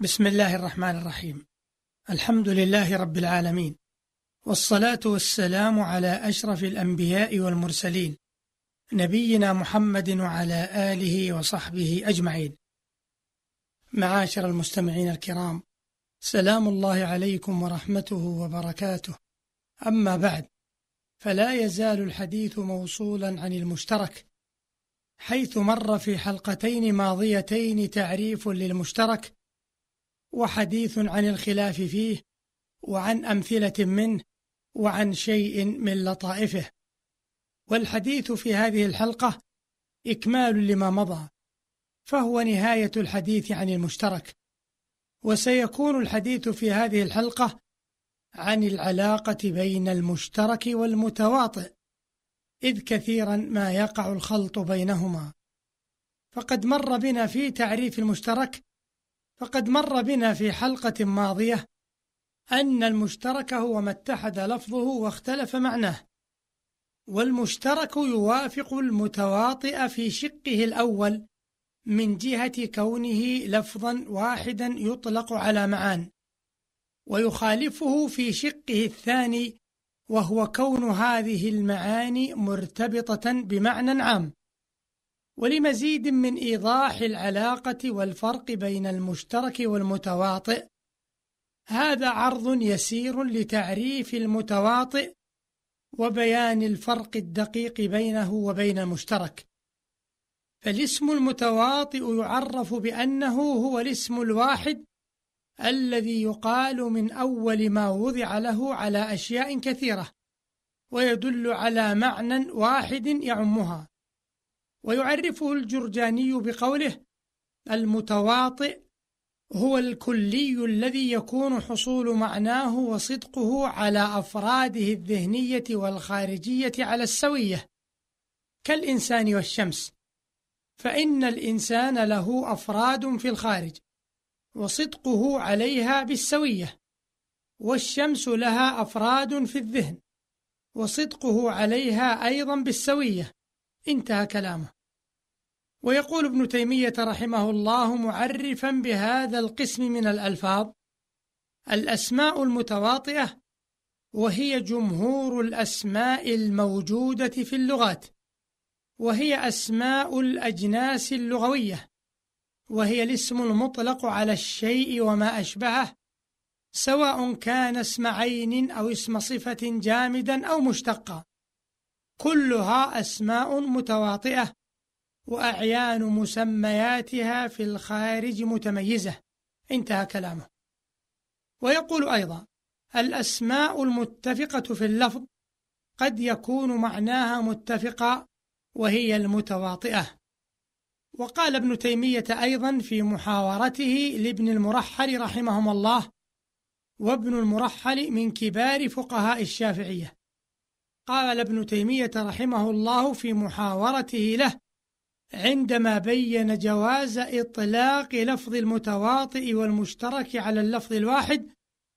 بسم الله الرحمن الرحيم. الحمد لله رب العالمين، والصلاة والسلام على أشرف الأنبياء والمرسلين، نبينا محمد وعلى آله وصحبه أجمعين. معاشر المستمعين الكرام، سلام الله عليكم ورحمته وبركاته. أما بعد، فلا يزال الحديث موصولا عن المشترك، حيث مر في حلقتين ماضيتين تعريف للمشترك، وحديث عن الخلاف فيه، وعن أمثلة منه، وعن شيء من لطائفه. والحديث في هذه الحلقة إكمال لما مضى، فهو نهاية الحديث عن المشترك. وسيكون الحديث في هذه الحلقة عن العلاقة بين المشترك والمتواطئ، إذ كثيرا ما يقع الخلط بينهما. فقد مر بنا في تعريف المشترك، فقد مر بنا في حلقة ماضية أن المشترك هو ما اتحد لفظه واختلف معناه، والمشترك يوافق المتواطئ في شقه الأول من جهة كونه لفظا واحدا يطلق على معان، ويخالفه في شقه الثاني، وهو كون هذه المعاني مرتبطة بمعنى عام. ولمزيد من إيضاح العلاقة والفرق بين المشترك والمتواطئ، هذا عرض يسير لتعريف المتواطئ وبيان الفرق الدقيق بينه وبين المشترك. فالاسم المتواطئ يعرف بأنه هو الاسم الواحد الذي يقال من أول ما وضع له على أشياء كثيرة، ويدل على معنى واحد يعمها. ويعرفه الجرجاني بقوله: المتواطئ هو الكلي الذي يكون حصول معناه وصدقه على أفراده الذهنية والخارجية على السوية، كالإنسان والشمس، فإن الإنسان له أفراد في الخارج وصدقه عليها بالسوية، والشمس لها أفراد في الذهن وصدقه عليها أيضا بالسوية. انتهى كلامه. ويقول ابن تيمية رحمه الله معرفا بهذا القسم من الألفاظ: الأسماء المتواطئة، وهي جمهور الأسماء الموجودة في اللغات، وهي أسماء الأجناس اللغوية، وهي الاسم المطلق على الشيء وما أشبهه، سواء كان اسم عين أو اسم صفة جامدا أو مشتقا، كلها أسماء متواطئة، وأعيان مسمياتها في الخارج متميزة. انتهى كلامه. ويقول أيضا: الأسماء المتفقة في اللفظ قد يكون معناها متفقا، وهي المتواطئة. وقال ابن تيمية أيضا في محاورته لابن المرحل رحمهم الله، وابن المرحل من كبار فقهاء الشافعية، قال ابن تيمية رحمه الله في محاورته له عندما بين جواز إطلاق لفظ المتواطئ والمشترك على اللفظ الواحد،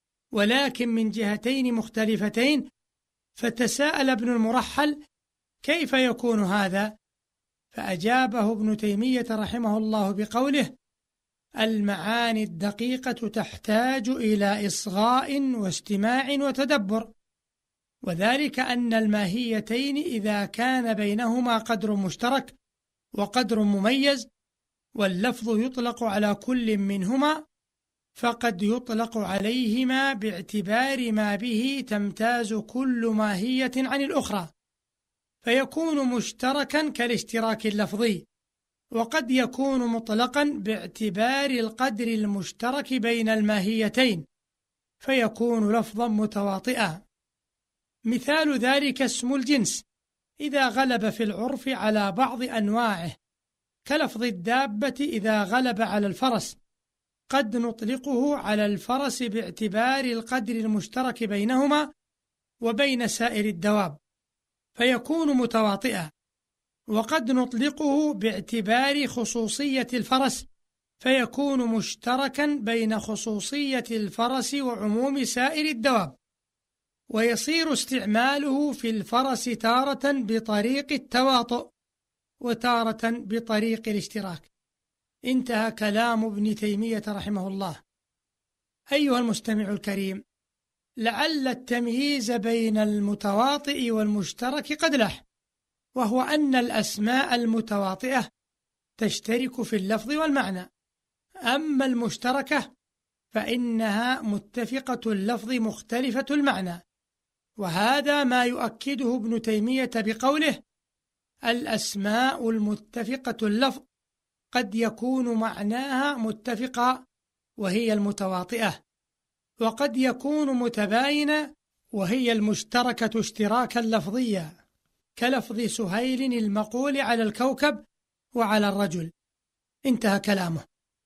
ولكن من جهتين مختلفتين، فتساءل ابن المرحل: كيف يكون هذا؟ فأجابه ابن تيمية رحمه الله بقوله: المعاني الدقيقة تحتاج إلى إصغاء واستماع وتدبر، وذلك أن الماهيتين إذا كان بينهما قدر مشترك وقدر مميز، واللفظ يطلق على كل منهما، فقد يطلق عليهما باعتبار ما به تمتاز كل ماهية عن الأخرى، فيكون مشتركا كالاشتراك اللفظي، وقد يكون مطلقا باعتبار القدر المشترك بين الماهيتين، فيكون لفظا متواطئا. مثال ذلك اسم الجنس إذا غلب في العرف على بعض أنواعه، كلفظ الدابة إذا غلب على الفرس، قد نطلقه على الفرس باعتبار القدر المشترك بينهما وبين سائر الدواب، فيكون متواطئا، وقد نطلقه باعتبار خصوصية الفرس، فيكون مشتركا بين خصوصية الفرس وعموم سائر الدواب، ويصير استعماله في الفرس تارة بطريق التواطؤ وتارة بطريق الاشتراك. انتهى كلام ابن تيمية رحمه الله. أيها المستمع الكريم، لعل التمييز بين المتواطئ والمشترك قد لح، وهو أن الأسماء المتواطئة تشترك في اللفظ والمعنى، أما المشتركة فإنها متفقة اللفظ مختلفة المعنى، وهذا ما يؤكده ابن تيمية بقوله: الأسماء المتفقة اللفظ قد يكون معناها متفقا وهي المتواطئة، وقد يكون متباينة وهي المشتركة اشتراكا لفظيا، كلفظ سهيل المقول على الكوكب وعلى الرجل. انتهى كلامه.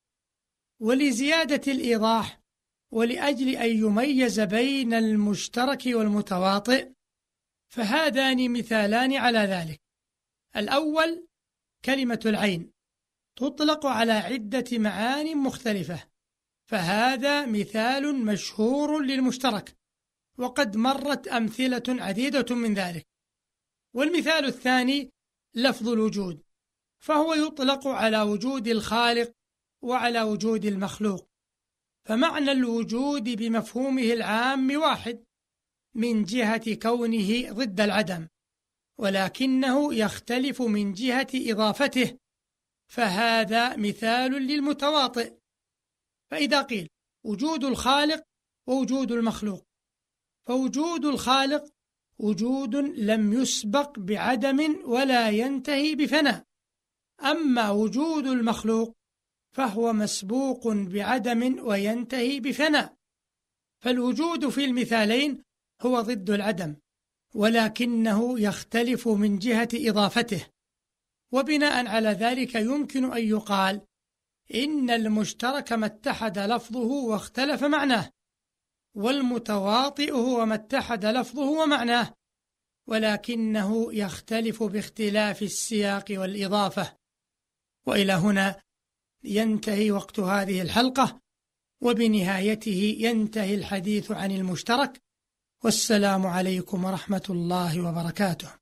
ولزيادة الإيضاح ولأجل أن يميز بين المشترك والمتواطئ فهذان مثالان على ذلك. الأول كلمة العين تطلق على عدة معان مختلفة، فهذا مثال مشهور للمشترك، وقد مرت أمثلة عديدة من ذلك. والمثال الثاني لفظ الوجود، فهو يطلق على وجود الخالق وعلى وجود المخلوق، فمعنى الوجود بمفهومه العام واحد من جهة كونه ضد العدم، ولكنه يختلف من جهة إضافته، فهذا مثال للمتواطئ. فإذا قيل وجود الخالق ووجود المخلوق، فوجود الخالق وجود لم يسبق بعدم ولا ينتهي بفناء، أما وجود المخلوق فهو مسبوق بعدم وينتهي بفناء. فالوجود في المثالين هو ضد العدم، ولكنه يختلف من جهة إضافته، وبناء على ذلك يمكن أن يقال إن المشترك ما اتحد لفظه واختلف معناه، والمتواطئ هو ما اتحد لفظه ومعناه ولكنه يختلف باختلاف السياق والإضافة. وإلى هنا ينتهي وقت هذه الحلقة، وبنهايته ينتهي الحديث عن المشترك. والسلام عليكم ورحمة الله وبركاته.